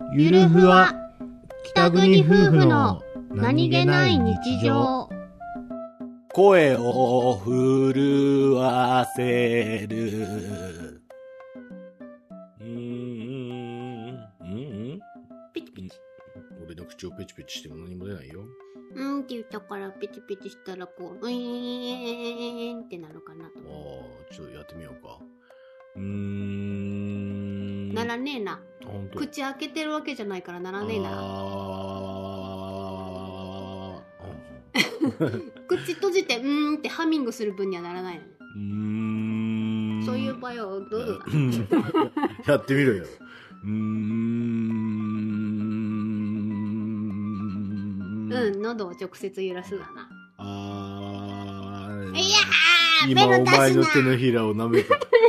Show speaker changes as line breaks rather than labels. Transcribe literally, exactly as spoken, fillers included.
ゆるふわ北国夫婦の何気ない日常。
声を震わせる。うーん、うん、
ピチピチ。
俺の口をペチペチしても何も出ないよ。
うんって言ったからピチピチしたらこう、ウィーンってなるかなと。
ああ、ちょっとやってみようか。うーん。
ならねえな。
ほんと。
口開けてるわけじゃないからならねえな。口閉じてうーんってハミングする分にはならないのね。
うーん。
そういう場合はどうぞな。
やってみろよ。うーん。
うん、喉を直接揺らすだな。
あー。
いやー、
今お
ベロ出すな。
前の手のひらを舐めた。